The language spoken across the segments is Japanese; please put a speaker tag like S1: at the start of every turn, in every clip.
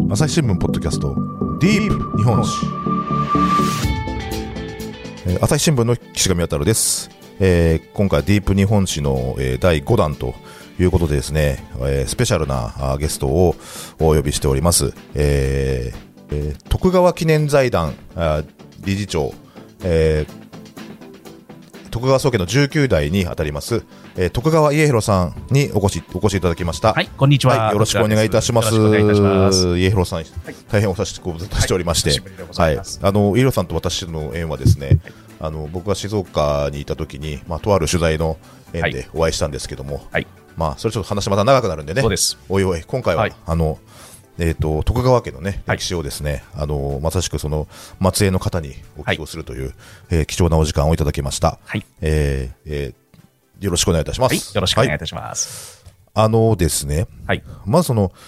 S1: 朝日新聞ポッドキャストディープ日本史、朝日新聞の岸上渉です。今回ディープ日本史の、第5弾ということでですね、スペシャルなゲストをお呼びしております。徳川記念財団理事長、徳川宗家の19代にあたります、徳川家広さんにお越しいただきました。
S2: はい、こんにちは、
S1: はい、よろしくお願いいたします。家広さん、大変お察ししておりまして、はい、家広さんと私の縁はですね、はい、僕が静岡にいた時に、とある取材の縁でお会いしたんですけども、はい、それちょっと話また長くなるんでね、おいおい今回は、はい、徳川家のね、歴史をですね、まさしくその末裔の方にお聞きをするという、貴重なお時間をいただきました。はい、よろしくお願いいたします。
S2: はい、よろしくお願いいたします。
S1: ですね、
S2: はい、
S1: まずその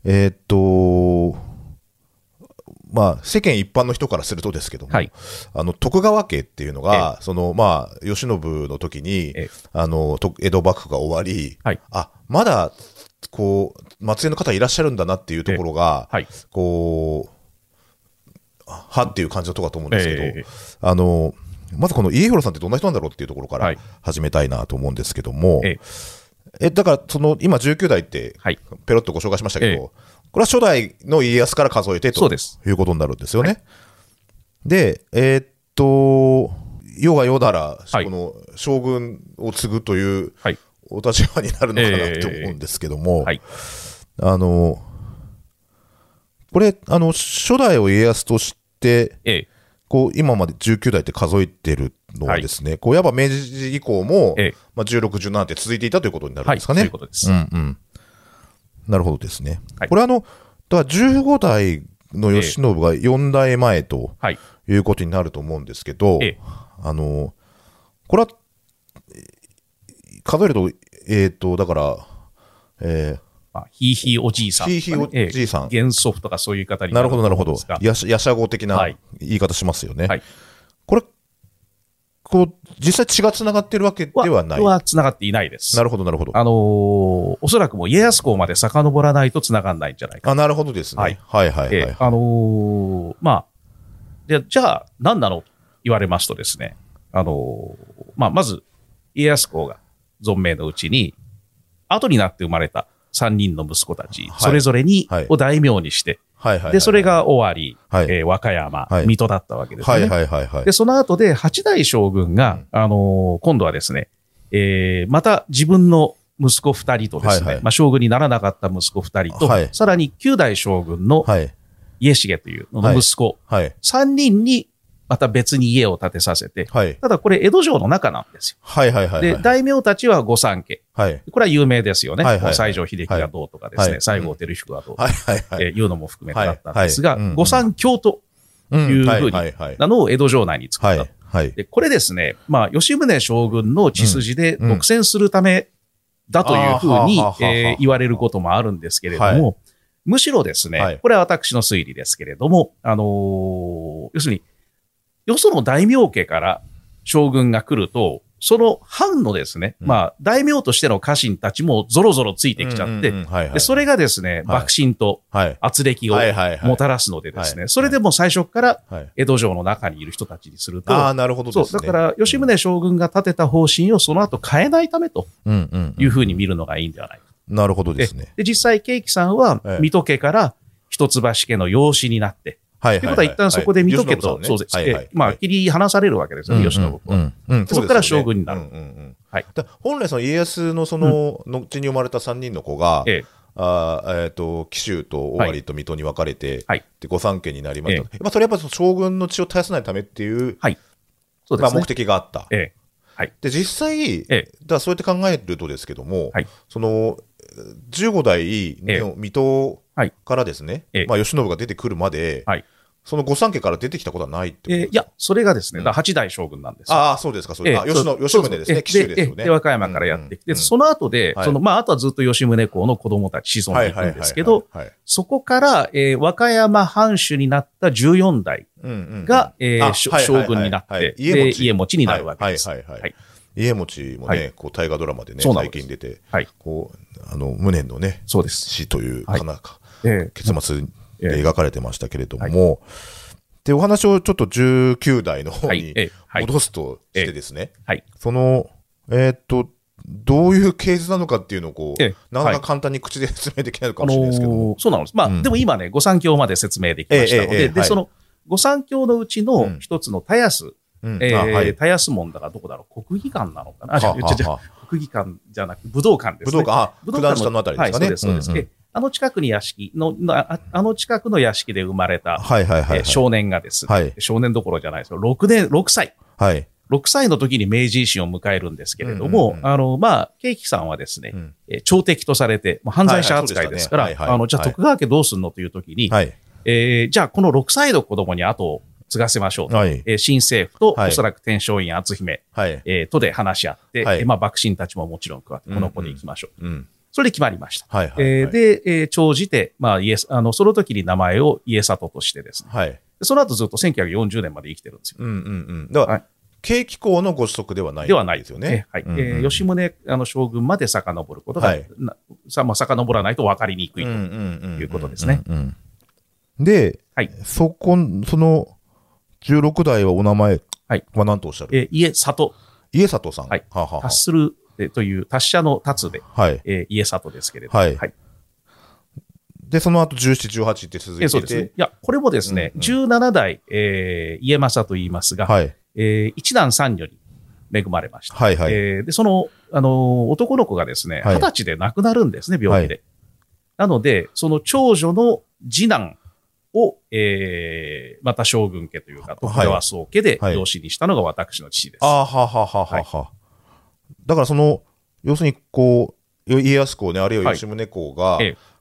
S1: 世間一般の人からするとですけども、はい、徳川家っていうのが、その慶喜の時に、江戸幕府が終わり、はい、まだこう末裔の方いらっしゃるんだなっていうところが、はい、こうはっていう感じのところだと思うんですけど、まずこの家広さんってどんな人なんだろうっていうところから始めたいなと思うんですけども、だからその今19代ってペロッとご紹介しましたけど、これは初代の家康から数えてということになるんですよね。はい、で、世が世なら、この将軍を継ぐというお立場になるのかなと思うんですけども、これ初代を家康として、こう今まで19代って数えてるのはですね、はい、こうやっぱ明治以降も、16、17って続いていたということになるんですかね。
S2: はい、そういうことです。
S1: なるほどですね。はい、これだから15代の慶喜が4代前ということになると思うんですけど、これは数えると、だから、
S2: ひいひいおじいさん、
S1: ひいひいおじいさん、
S2: 現祖父とかそういう方になると思うんですが、
S1: やしゃ語的な言い方しますよね。はい、これこう実際血がつながっているわけではない。
S2: はつながっていないです。
S1: なるほどなるほど。
S2: おそらくもう家康公まで遡らないとつながらないんじゃないか。
S1: なるほどですね。はいはいはい。
S2: じゃあ何なのと言われますとですね、まず家康公が存命のうちに後になって生まれた3人の息子たち、それぞれにを大名にして、でそれが終わり、和歌山、水戸だったわけですね。でその後で8代将軍が、今度はですね、また自分の息子2人とですね、将軍にならなかった息子2人と、さらに9代将軍の家重というのの息子、3人にまた別に家を建てさせて、ただこれ江戸城の中なんですよ。で大名たちは御三家、これは有名ですよね。西城秀樹がどうとかですね、西郷輝彦がどうとかいうのも含めてだったんですが、御三卿というふうになのを江戸城内に作った。でこれですね、吉宗将軍の血筋で独占するためだというふうに言われることもあるんですけれども、むしろですね、これは私の推理ですけれども、要するによその大名家から将軍が来ると、その藩のですね、大名としての家臣たちもぞろぞろついてきちゃって、それがですね、幕臣と圧力をもたらすのでですね、それでも最初から江戸城の中にいる人たちにすると、
S1: なるほどですね。
S2: だから吉宗将軍が立てた方針をその後変えないためというふうに見るのがいいんではないか。
S1: なるほどですね。
S2: で実際、慶喜さんは水戸家から一橋家の養子になって、ということは一旦そこで水戸家と、そうですね。切り離されるわけですよね、慶喜は。そこから将軍になる。
S1: 本来その家康のその後に生まれた3人の子が、紀州と尾張と水戸に分かれて、御三家になりました。それやっぱ将軍の血を絶やさないためっていう目的があった。で実際、そうやって考えるとですけども、その15代の水戸からですね、慶喜が出てくるまで、その御三家から出てきたことはないってことですか？
S2: いや、それがですね、8代将軍なんです
S1: よ。そうですか、そうですか。吉宗ですね、紀州ですよね。
S2: で、和歌山からやってきて、その後で、あとはずっと吉宗公の子供たち、子孫に行くんですけど、そこから、和歌山藩主になった14代が、将軍になって、家持になるわけです。
S1: 家持もね、こう大河ドラマでね、最近出て、こう無念のね、死という結末で描かれてましたけれども、で、お話をちょっと19代の方に戻すとしてですね、その、どういうケースなのかっていうのをこう、なかなか簡単に口で説明できないのかもしれないですけども。
S2: そうなんです。まあ、でも今ね、御三教まで説明できましたので、で、その御三教のうちの一つの田安、田安門だからどこだろう、国技館なのかな、国技館じゃなくて武道館ですね。
S1: 武道館、九段下のあたりですかね。
S2: そうです、そうです。あの近くに屋敷の、あの近くの屋敷で生まれた少年がですね、少年どころじゃないですよ、6歳。6歳の時に明治維新を迎えるんですけれども、まあ、慶喜さんはですね、朝敵とされて、犯罪者扱いですから、じゃあ徳川家どうすんのという時に、じゃあこの6歳の子供に後を継がせましょうと、新政府とおそらく天璋院篤姫、とで話し合って、まあ、幕臣たちももちろん加わって、この子で行きましょう。それで決まりました。で、長じて、まあ、その時に名前を家里としてですね、その後ずっと1940年まで生きてるんですよ。
S1: だから慶喜公のご子息ではないですよね。
S2: 吉宗将軍まで遡ることが、遡らないと分かりにくいということですね。
S1: で、その16代はお名前は何とおっしゃる？
S2: 家里。
S1: 家里さん。
S2: 達するという達者の達で、家里ですけれども。で、
S1: その後17、18って続いてて。
S2: そうですね。いや、これもですね、17代、家政と言いますが、一男三女に恵まれました。で、その、男の子がですね、20歳で亡くなるんですね、病気で。なので、その長女の次男を、また将軍家というか、徳川宗家で養子にしたのが私の父です。
S1: だから要するに、こう、家康公ね、あるいは吉宗公が、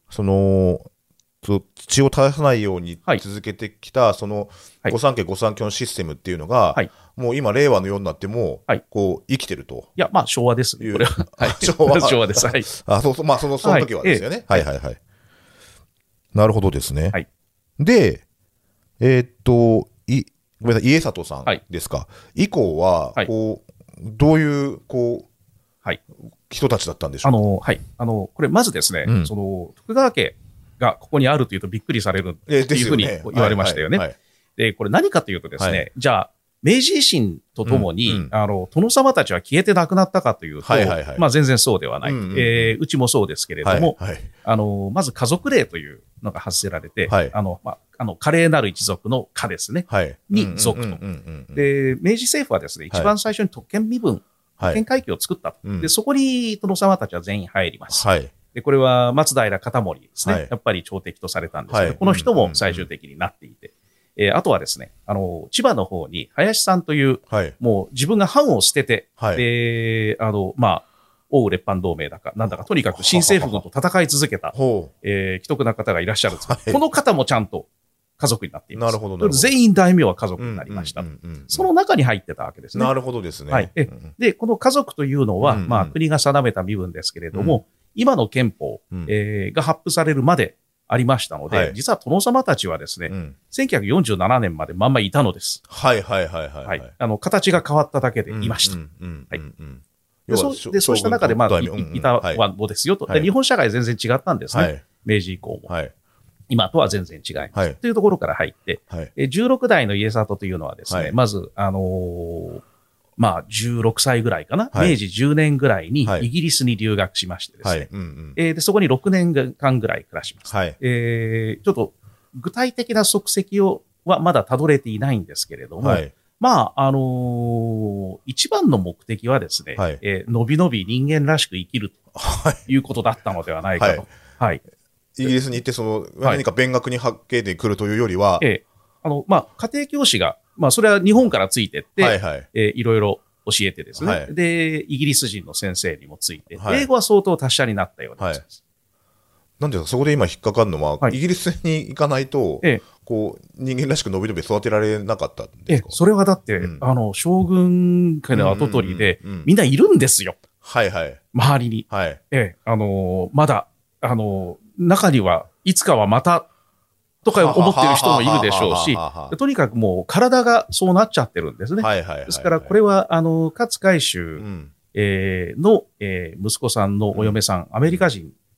S1: 血を絶やさないように続けてきた、その御三家御三教のシステムっていうのが、もう今、令和のようになっても、こう、生きてると。
S2: いや、まあ、昭和です。これは。昭和です。
S1: まあ、その時はですよね。なるほどですね。で、ごめんなさい、家里さんですか。以降は、こう、どういう、こう、人たちだったんでしょうか。
S2: これ、まずですね、徳川家がここにあるというとびっくりされるというふうに言われましたよね。で、これ何かというとですね、じゃあ、明治維新とともに、殿様たちは消えてなくなったかというと、まあ全然そうではない。うちもそうですけれども、まず家族令というのが発せられて、華麗なる一族の家ですね、に族と。で、明治政府はですね、一番最初に特権身分、特権階級を作ったと。で、そこに殿様たちは全員入ります。で、これは松平片盛ですね、やっぱり朝敵とされたんですけど、この人も最終的になっていて、あとはですね、千葉の方に林さんという、もう自分が藩を捨てて、で、まあ、奥羽列藩同盟だか、なんだか、とにかく新政府軍と戦い続けた、奇特な方がいらっしゃるんですけど、この方もちゃんと家族になっています。全員大名は家族になりました。その中に入ってたわけですね。
S1: なるほどですね。
S2: で、この家族というのは、まあ、国が定めた身分ですけれども、今の憲法、が発布されるまで、ありましたので、実は殿様たちはですね、1947年までまんまいたのです。形が変わっただけでいました。で、そうした中で、まあ、いたのですよと。で、日本社会全然違ったんですね。明治以降も。今とは全然違います。というところから入って、16代の家里というのはですね、まず、まあ、16歳ぐらいかな、明治10年ぐらいにイギリスに留学しましてですね、でそこに6年間ぐらい暮らします。ちょっと具体的な足跡はまだたどれていないんですけれども、まあ、一番の目的はですね、のびのび人間らしく生きるということだったのではないかと。
S1: イギリスに行って、何か勉学に発見で来るというよりは、
S2: まあ、家庭教師が、まあ、それは日本からついてって、いろいろ教えてですね、で、イギリス人の先生にもついて、英語は相当達者になったようです。
S1: なんでそこで今引っかかるのは、イギリスに行かないと、こう、人間らしくのびのび育てられなかったんですか？
S2: それはだって、将軍家の跡取りで、みんないるんですよ。周りに。まだ、中にはいつかはまた、とか思ってる人もいるでしょうし、とにかくもう体がそうなっちゃってるんですね。ですからこれは、勝海舟の息子さんのお嫁さん、アメリカ人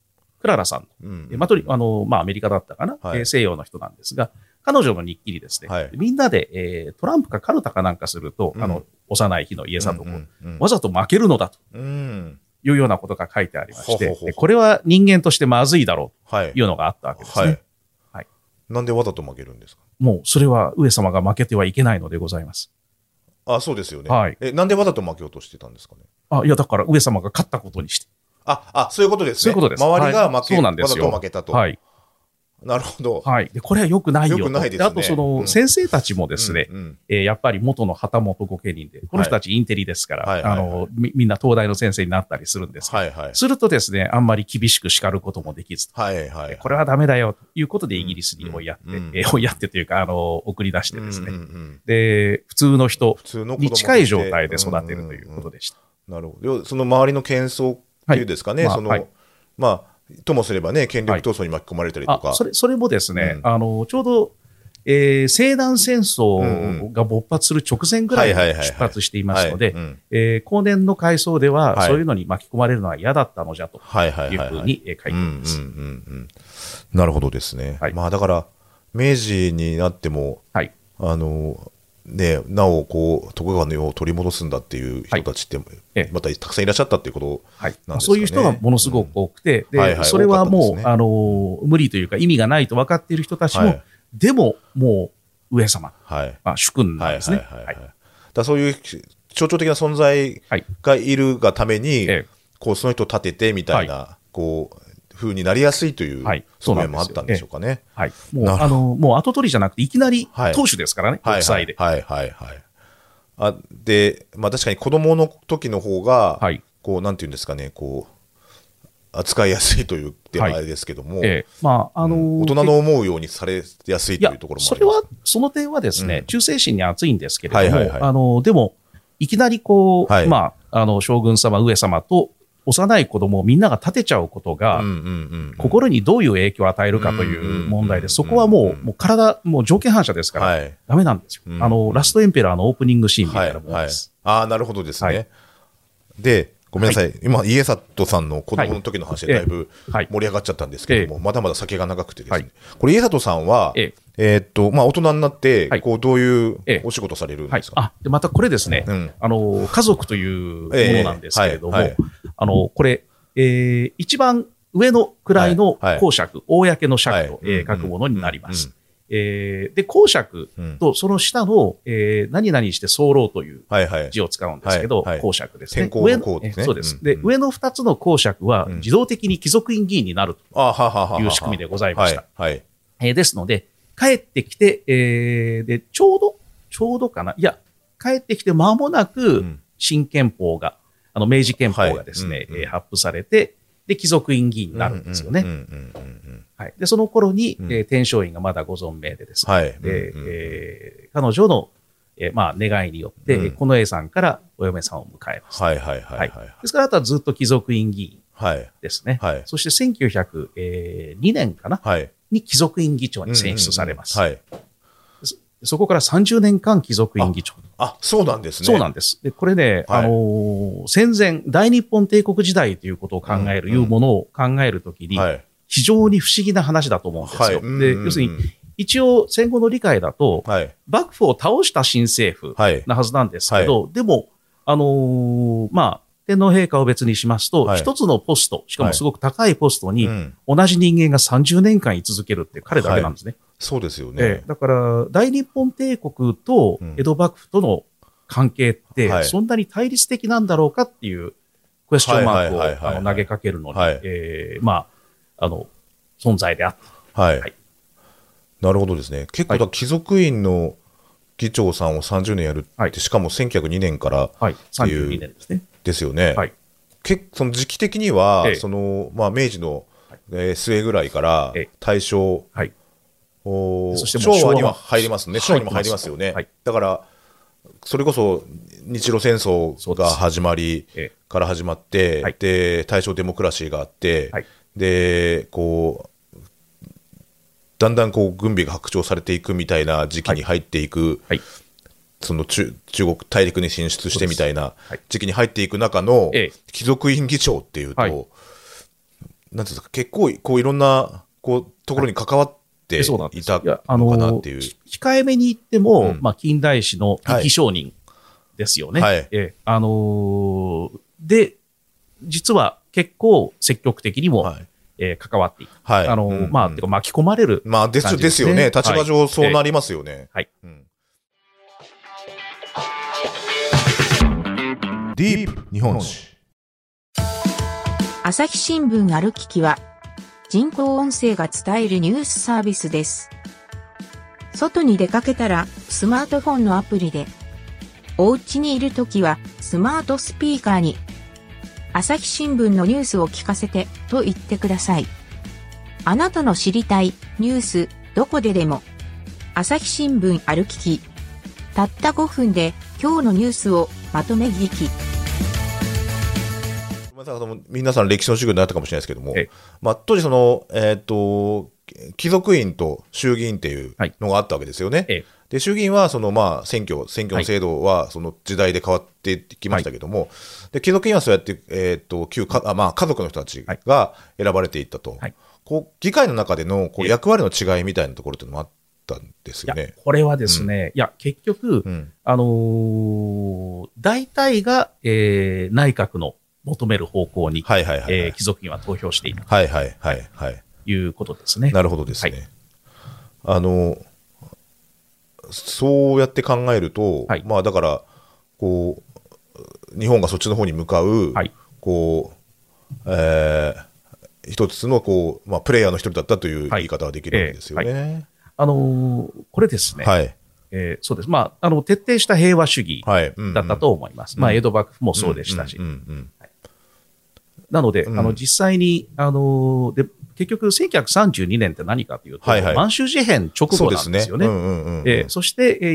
S2: クララさん、アメリカだったかな、西洋の人なんですが、彼女の日記にですね、みんなで、トランプかカルタかなんかすると、幼い日の家里子、わざと負けるのだというようなことが書いてありまして、これは人間としてまずいだろうというのがあったわけですね。
S1: なんでわざと負けるんですか？
S2: もうそれは上様が負けてはいけないのでございます。
S1: そうですよね。なんでわざと負けようとしてたんですかね？
S2: いや、だから上様が勝ったことにして。
S1: そういうことですね。
S2: そういうことです。
S1: 周りがわざ
S2: と
S1: 負けたと。なるほど。
S2: で、これは良くないよと。
S1: 良くないですね。
S2: あと、先生たちもですね、やっぱり元の旗本御家人で、この人たちインテリですから、みんな東大の先生になったりするんですけど、するとですね、あんまり厳しく叱ることもできず、これはダメだよということでイギリスに追いやってというか、送り出してですね、で、普通の人に近い状態で育てるということでした。
S1: なるほど。その周りの喧騒っていうですかね、ともすればね、権力闘争に巻き込まれたりとか。
S2: それもですね、ちょうど、西南戦争が勃発する直前ぐらいに出発していますので、後年の回想では、そういうのに巻き込まれるのは嫌だったのじゃというふうに書いています。
S1: なるほどですね。だから、明治になっても、なお徳川の世を取り戻すんだっていう人たちってまたたくさんいらっしゃったっていうことなんですかね。
S2: そういう人がものすごく多くて、それはもう無理というか意味がないと分かっている人たちも、でももう上様、主君なんですね。
S1: そういう象徴的な存在がいるがために、その人を立ててみたいな風になりやすいという側面もあったんでしょうかね。
S2: もう後取りじゃなくていきなり当主ですからね、国際で。
S1: で、確かに子供の時の方が、なんていうんですかね、扱いやすいという手前ですけども、大人の思うようにされやすいというところもあります。
S2: その点はですね、忠誠心に厚いんですけれども、でも、いきなり将軍様、上様と幼い子供をみんなが立てちゃうことが、心にどういう影響を与えるかという問題で、そこはもうもう条件反射ですから、ダメなんですよ。ラストエンペラーのオープニングシーンみたいなものです。
S1: なるほどですね。で、ごめんなさい。今、家里さんの子供の時の話でだいぶ盛り上がっちゃったんですけども、まだまだ先が長くてですね。これ、家里さんは、大人になって、どういうお仕事されるんですか？
S2: またこれですね、家族というものなんですけれども、これ、一番上の位の公爵、公の爵と書くものになります。で、公爵とその下の、何々して候という字を使うんですけど、公爵ですね。そうです。で、上の2つの公爵は自動的に貴族院議員になるという仕組みでございました。ですので、帰ってきて、で、ちょうどかな。いや、帰ってきて間もなく、新憲法が、明治憲法がですね、発布されて、で、貴族院議員になるんですよね。で、その頃に、天璋院がまだご存命でですね、彼女の、願いによって、近衛さんからお嫁さんを迎えます。ですから、あとはずっと貴族院議員ですね。そして1902年かな、に貴族院議長に選出されます。そこから30年間貴族院議長。
S1: そうなんですね。
S2: そうなんです。で、これね、戦前、大日本帝国時代ということを考える、いうものを考えるときに、非常に不思議な話だと思うんですよ。で、要するに、一応戦後の理解だと、幕府を倒した新政府なはずなんですけど、でも、天皇陛下を別にしますと、一つのポスト、しかもすごく高いポストに、同じ人間が30年間居続けるって彼だけなんですね。
S1: そうですよね。
S2: だから、大日本帝国と江戸幕府との関係って、そんなに対立的なんだろうかっていうクエスチョンマークを投げかけるのに、存在であった。
S1: なるほどですね。結構、貴族院の議長さんを30年やるって、しかも1902年からっていう。
S2: 32年ですね。
S1: ですよね。その時期的には、明治の末ぐらいから大正、昭和には入りますね。昭和にも入りますよね。だから、それこそ日露戦争が始まって、で、大正デモクラシーがあって、で、だんだん軍備が拡張されていくみたいな時期に入っていく、その中国大陸に進出してみたいな時期に入っていく中の貴族院議長っていうと、 なんていうんですか、結構こういろんなところに関わっていたのかなっていう。
S2: 控えめに言っても、近代史の生き証人ですよね。はい、で、実は結構積極的にも、関わっていた。てか巻き込まれる感じですね。
S1: ですよね。立場上そうなりますよね。
S2: はい。
S1: ディープ日本史。
S3: 朝日新聞ある聞きは、人工音声が伝えるニュースサービスです。外に出かけたらスマートフォンのアプリで、お家にいるときはスマートスピーカーに、朝日新聞のニュースを聞かせてと言ってください。あなたの知りたいニュースどこででも、朝日新聞ある聞き。たった5分で今日のニュースをまとめ聞き。
S1: 皆さん歴史の授業になったかもしれないですけども、当時貴族院と衆議院っていうのがあったわけですよね。で衆議院は選挙の制度はその時代で変わってきましたけども、で貴族院はそうやって家族の人たちが選ばれていったと、議会の中での役割の違いみたいなところっていうのもあったんですよね。
S2: これはですね、結局、大体が、内閣の求める方向に貴族院は投票していたということですね。
S1: なるほどですね。そうやって考えると、だから日本がそっちの方に向かう、一つのプレイヤーの一人だったという言い方はできるわけですよね。
S2: これですね。そうです。徹底した平和主義だったと思います。江戸幕府もそうでしたし。なので、実際に、結局、1932年って何かというと、満州事変直後なんですよね。そして、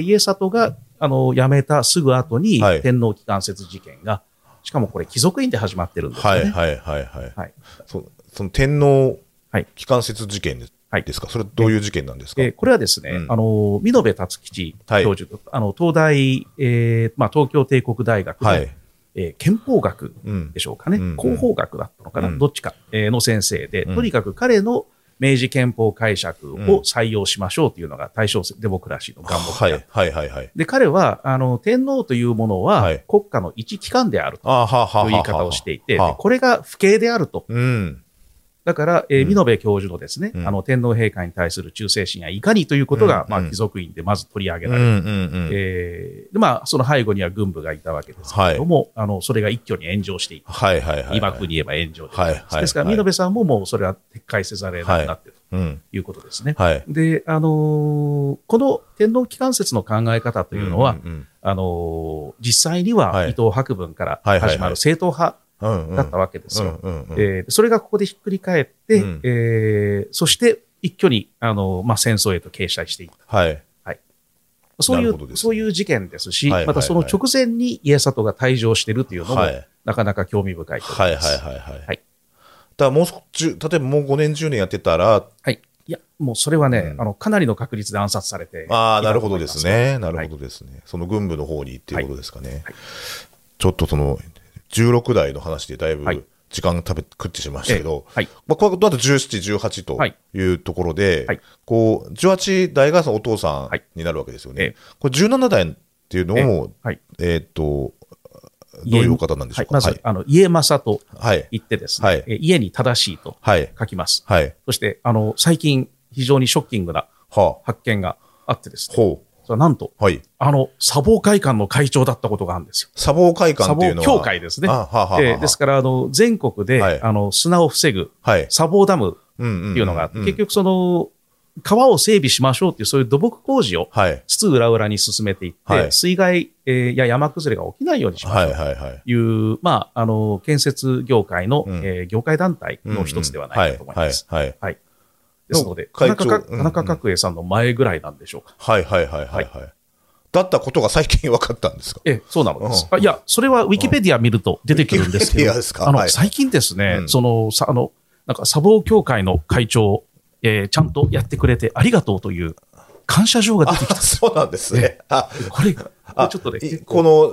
S2: 家里が、辞めたすぐ後に、天皇機関説事件が、しかもこれ、貴族院で始まってるんですよね。
S1: その天皇機関説事件ですか、それはどういう事件なんですか。
S2: これはですね、見延達吉教授、東大、東京帝国大学の、憲法学でしょうかね、広報学だったのかな、どっちかの先生で、とにかく彼の明治憲法解釈を採用しましょうというのが大正デモクラシーの願目で、彼は天皇というものは国家の一機関であるという言い方をしていて、これが不敬であると。だから、見延教授のですね、天皇陛下に対する忠誠心やいかにということが、貴族院でまず取り上げられる。その背後には軍部がいたわけですけれども、それが一挙に炎上していた。今風に言えば炎上で。ですから、見延さんももうそれは撤回せざるを得なくなっているということですね。で、この天皇機関説の考え方というのは、実際には伊藤博文から始まる正統派、だったわけですよ。それがここでひっくり返って、そして一挙に戦争へと傾斜していった。そういう事件ですし、またその直前に家里が退場しているというのも、なかなか興味深いと思います。だ
S1: から例えばもう5年、10年やってたら、
S2: いや、もうそれはね、かなりの確率で暗殺されて。
S1: なるほどですね。なるほどですね。その軍部の方にっていうことですかね。ちょっと16代の話でだいぶ時間食ってしまいましたけど、この後17、18というところで、18代がそのお父さんになるわけですよね。これ17代っていうのも、どういうお方なんでしょうか。
S2: まず、家政と言ってですね、家に正しいと書きます。そして、最近非常にショッキングな発見があってですね、なんと、砂防会館の会長だったことがあるんですよ。
S1: 砂防会館っていうのは
S2: 砂防協会ですね。ですから、全国で、砂を防ぐ砂防ダムっていうのがあって、結局川を整備しましょうっていう、そういう土木工事を、津々浦々に進めていって、水害や山崩れが起きないようにしましょうという、建設業界の、業界団体の一つではないかと思います。ですので、田中角栄さんの前ぐらいなんでしょうか。
S1: だったことが最近分かったんですか。
S2: そうなのです。いや、それはウィキペディア見ると出てくるんですけど、最近ですね、なんか砂防協会の会長、ちゃんとやってくれてありがとうという感謝状が出てきた。
S1: そうなんですね。
S2: これちょっとね、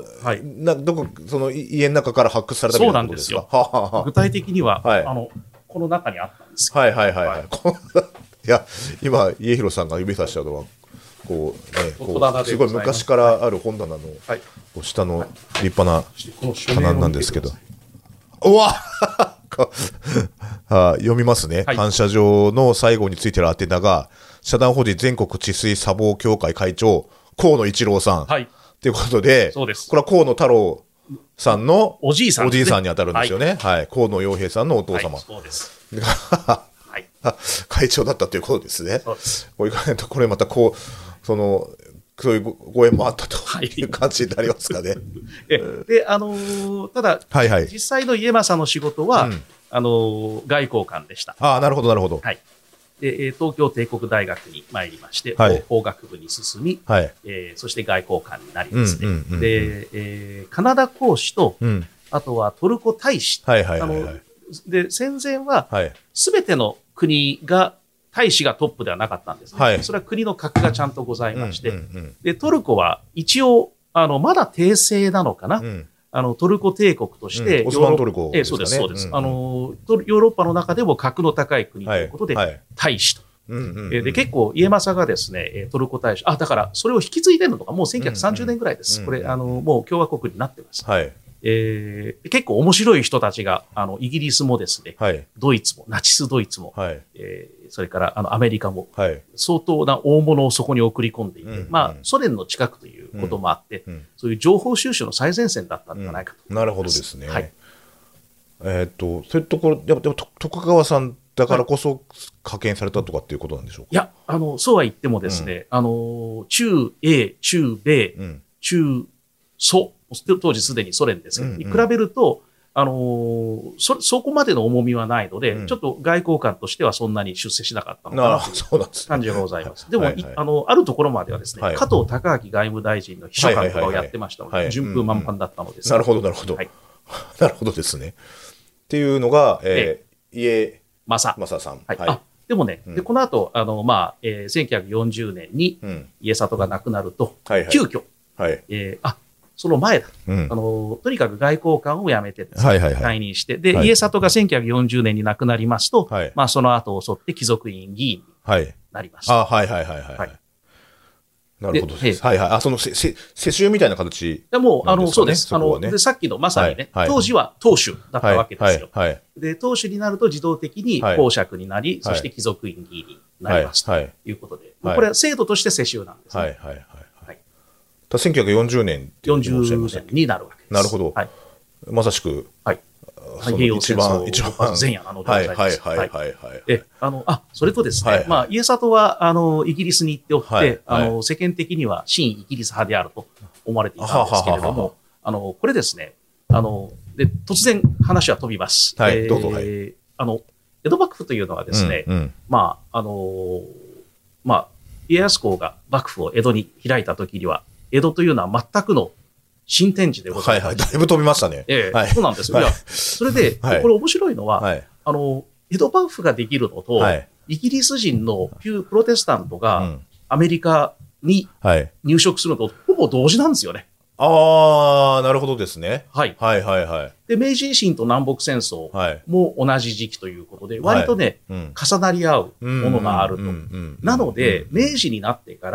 S1: その家の中から発掘されたみたいなことですか。
S2: そうなんですよ。具体的には、ここの中にあったんです
S1: よ。はいはいはいはい。いや、今、家広さんが指さしたのは、こうね、すごい昔からある本棚の下の立派な棚なんですけど。うわ読みますね。感謝状の最後についてる宛名が、社団法人全国治水砂防協会会長、河野一郎さん。ということで、これは河野太郎さんのおじいさんに当たるんですよね。はい。河野洋平さんのお父様。そうです。会長だったということですね。これまたそういうご縁もあったという感じになりますかね。
S2: で、ただ、実際の家政の仕事は、外交官でした。
S1: なるほど、なるほど。
S2: で、東京帝国大学に参りまして、法学部に進み、そして外交官になりですね。で、カナダ公使と、あとはトルコ大使。で、戦前は、すべての国が、大使がトップではなかったんですね。それは国の格がちゃんとございまして、で、トルコは一応、まだ帝政なのかな。トルコ帝国として、
S1: オスマントルコですかね。
S2: そうです。ヨーロッパの中でも格の高い国ということで、大使と。で、結構、家政がですね、トルコ大使、だから、それを引き継いでるのがもう1930年ぐらいです。これ、もう共和国になってます。結構面白い人たちが、イギリスもですね、ドイツも、ナチスドイツも、それからアメリカも、相当な大物をそこに送り込んでいて、ソ連の近くということもあって、そういう情報収集の最前線だったんではないかと。
S1: なるほどですね。そういうところ、やっぱ徳川さんだからこそ派遣されたとかっていうことなんでしょうか。
S2: いや、そうは言ってもですね、中英、中米、中ソ、当時すでにソ連ですけど、に比べると、そこまでの重みはないので、ちょっと外交官としてはそんなに出世しなかったのかなという感じがございます。でも、あるところまではですね、加藤孝明外務大臣の秘書官とかをやってましたので、順風満帆だったのです。
S1: なるほど、なるほど。なるほどですね。っていうのが、家政さん。
S2: でもね、この後、1940年に家里が亡くなると、急遽、その前だ。とにかく外交官を辞めて退任して、で、家里が1940年に亡くなりますと、その後を襲って貴族院議員になりました。
S1: なるほどです。その世襲みたいな形。
S2: もう、そうです。で、さっきのまさにね、当時は当主だったわけですよ。で、当主になると自動的に公爵になり、そして貴族院議員になりますということで、これは制度として世襲なんですね。
S1: 1940年っておっしゃいましたっけ。
S2: 40年になるわけです。
S1: なるほど。まさしく、
S2: 一番前夜なのでございます。それとですね、家里は、イギリスに行っておって、世間的には親イギリス派であると思われていたんですけれども、これですね、で、突然話は飛びます。
S1: どうぞ。
S2: 江戸幕府というのはですね、家康公が幕府を江戸に開いた時には、江戸というのは全くの新天地でございます。
S1: だいぶ飛びましたね。
S2: そうなんですよ。それで、これ面白いのは、江戸幕府ができるのと、イギリス人の旧プロテスタントがアメリカに入植するのとほぼ同時なんですよね。
S1: なるほどですね。
S2: で、明治維新と南北戦争も同じ時期ということで、割とね、重なり合うものがあると。なので、明治になってから、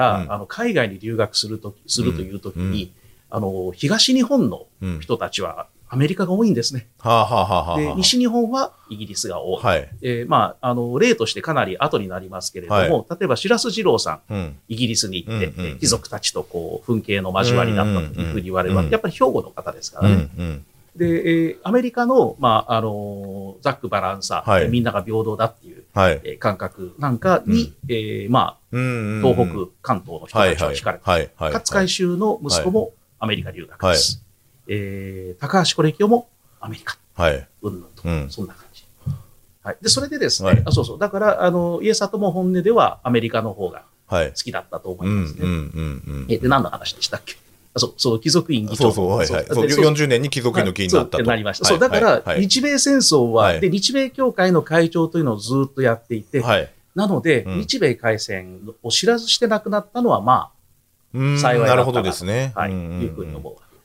S2: 海外に留学するというときに、東日本の人たちはアメリカが多いんですね。で、西日本はイギリスが多い。例としてかなり後になりますけれども、例えば白洲二郎さん、イギリスに行って、貴族たちと噴景の交わりだったというふうに言われる、やっぱり兵庫の方ですからね。で、アメリカの、ザック・バランサー、みんなが平等だっていう感覚なんかに、東北、関東の人たちを惹かれて、勝海舟の息子もアメリカ留学です。高橋是清もアメリカ。うんぬんと。そんな感じ。で、それでですね、だから、家里も本音ではアメリカの方が好きだったと思いますね。で、何の話でしたっけ。貴族院議長。
S1: 40年に貴族院の議員になったと。
S2: なりました。だから、日米戦争は、で、日米協会の会長というのをずっとやっていて、なので、日米開戦を知らずして亡くなったのは、幸いだったなというふうに思うわけです。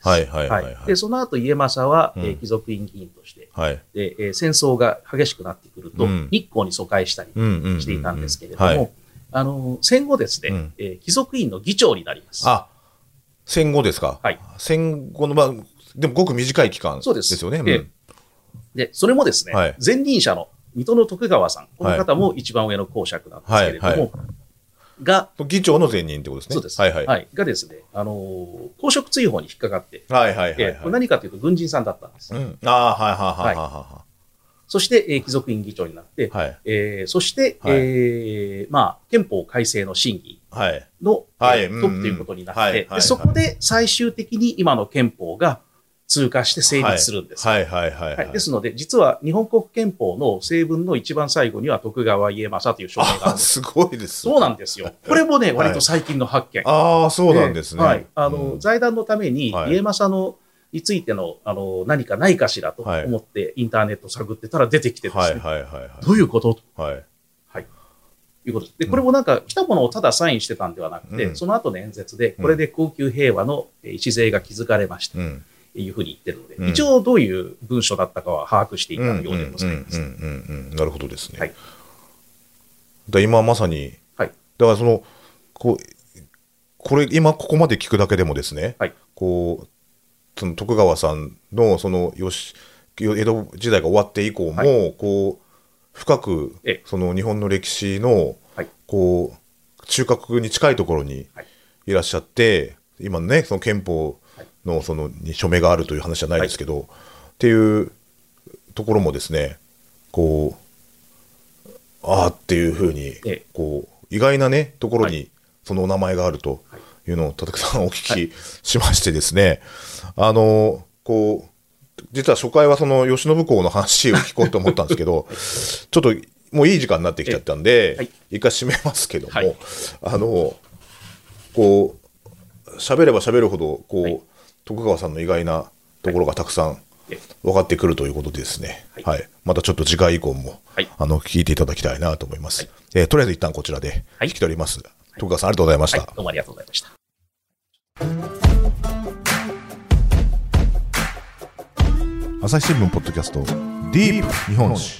S2: で、その後、家政は、貴族院議員として、で戦争が激しくなってくると、日光に疎開したりしていたんですけれども、戦後ですね、貴族院の議長になります。
S1: あ、戦後ですか。戦後の、でもごく短い期間ですよね。
S2: で、それもですね、前任者の水戸の徳川さん、この方も一番上の公爵なんですけれども、が、
S1: 議長の前任ってことですね。
S2: そうです。がですね、公職追放に引っかかって、何かというと軍人さんだったんです。そして、貴族院議長になって、そして、憲法改正の審議の、トップということになって、そこで最終的に今の憲法が通過して成立するんです。ですので、実は日本国憲法の正文の一番最後には徳川家政という署名があるんです。
S1: すごいです。
S2: そうなんですよ。これもね、割と最近の発見。
S1: そうなんですね。
S2: 財団のために家政についての何かないかしらと思ってインターネット探ってたら出てきてですね。どういうことと。いうことです。で、これもなんか来たものをただサインしてたんではなくて、その後の演説で、これで恒久平和の礎が築かれました。いうふうに言ってるので、一応どういう文書だったかは把握していたようでございます。
S1: なるほどですね。今まさに、だからこれ今ここまで聞くだけでもですね、その徳川さんの江戸時代が終わって以降も、深くその日本の歴史の中核に近いところにいらっしゃって、今のね、その憲法のに署名があるという話じゃないですけど、っていうところもですね、っていうふうに、意外なねところにそのお名前があるというのをたくさんお聞きしましてですね、実は初回はその慶喜公の話を聞こうと思ったんですけど、ちょっともういい時間になってきちゃったんで、一回締めますけども、喋れば喋るほど徳川さんの意外なところがたくさん分かってくるということでですね、またちょっと次回以降も、聞いていただきたいなと思います。とりあえず一旦こちらで引き取ります。徳川さんありがとうございました。
S2: どうもありがとうございました。
S1: 朝日新聞ポッドキャストディープ日本史。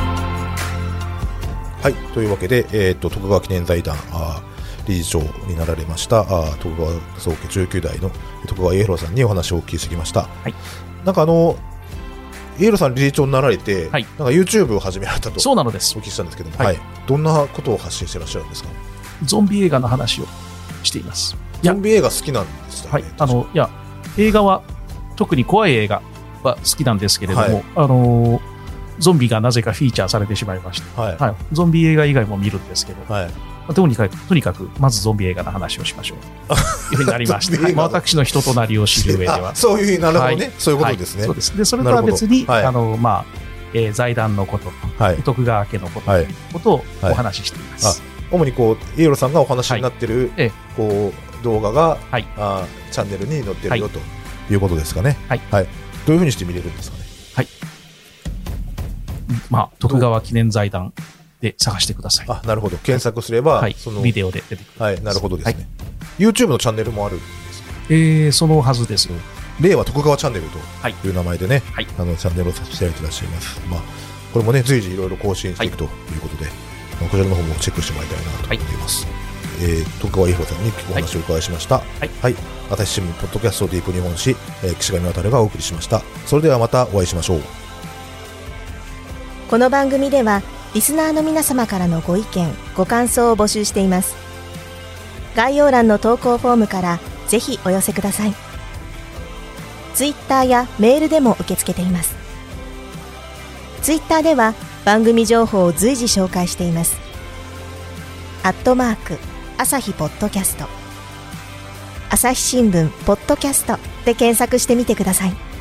S1: というわけで、徳川記念財団理事長になられました徳川宗家19代の徳川家広さんにお話をお聞きしてきました。なんか家広さん理事長になられて、なんか YouTube を始められたとお聞きしたんですけども、どんなことを発信してらっしゃるんですか？
S2: ゾンビ映画の話をしています。
S1: ゾンビ映画好きなんですかね？
S2: 映画は特に怖い映画は好きなんですけれども、ゾンビがなぜかフィーチャーされてしまいまして、ゾンビ映画以外も見るんですけど、とにかくまずゾンビ映画の話をしましょうというふうになりまして私の人となりを知る上では
S1: そういうなるほどね、そういうことですね。
S2: そうです。でそれとは別に財団のことと、徳川家のことということをお話ししています。
S1: 主に家広さんがお話になっている動画がチャンネルに載っているよということですかね。どういうふうにして見れるんですかね。
S2: 徳川記念財団で探してください。
S1: なるほど。検索すれば、
S2: ビデオで出てくる。
S1: なるほどですね。YouTube のチャンネルもあるんです
S2: か？そのはずです。
S1: 令和徳川チャンネルという名前でね、チャンネルをさせていただいていらっしゃいます。これもね、随時いろいろ更新していくということで、こちらの方もチェックしてもらいたいなと思います。徳川家広さんにお話をお伺いしました。朝日新聞ポッドキャストディープ日本史、岸上渉がお送りしました。それではまたお会いしましょう。
S4: この番組ではリスナーの皆様からのご意見ご感想を募集しています。概要欄の投稿フォームからぜひお寄せください。ツイッターやメールでも受け付けています。ツイッターでは番組情報を随時紹介しています。@朝日ポッドキャスト、朝日新聞ポッドキャストで検索してみてください。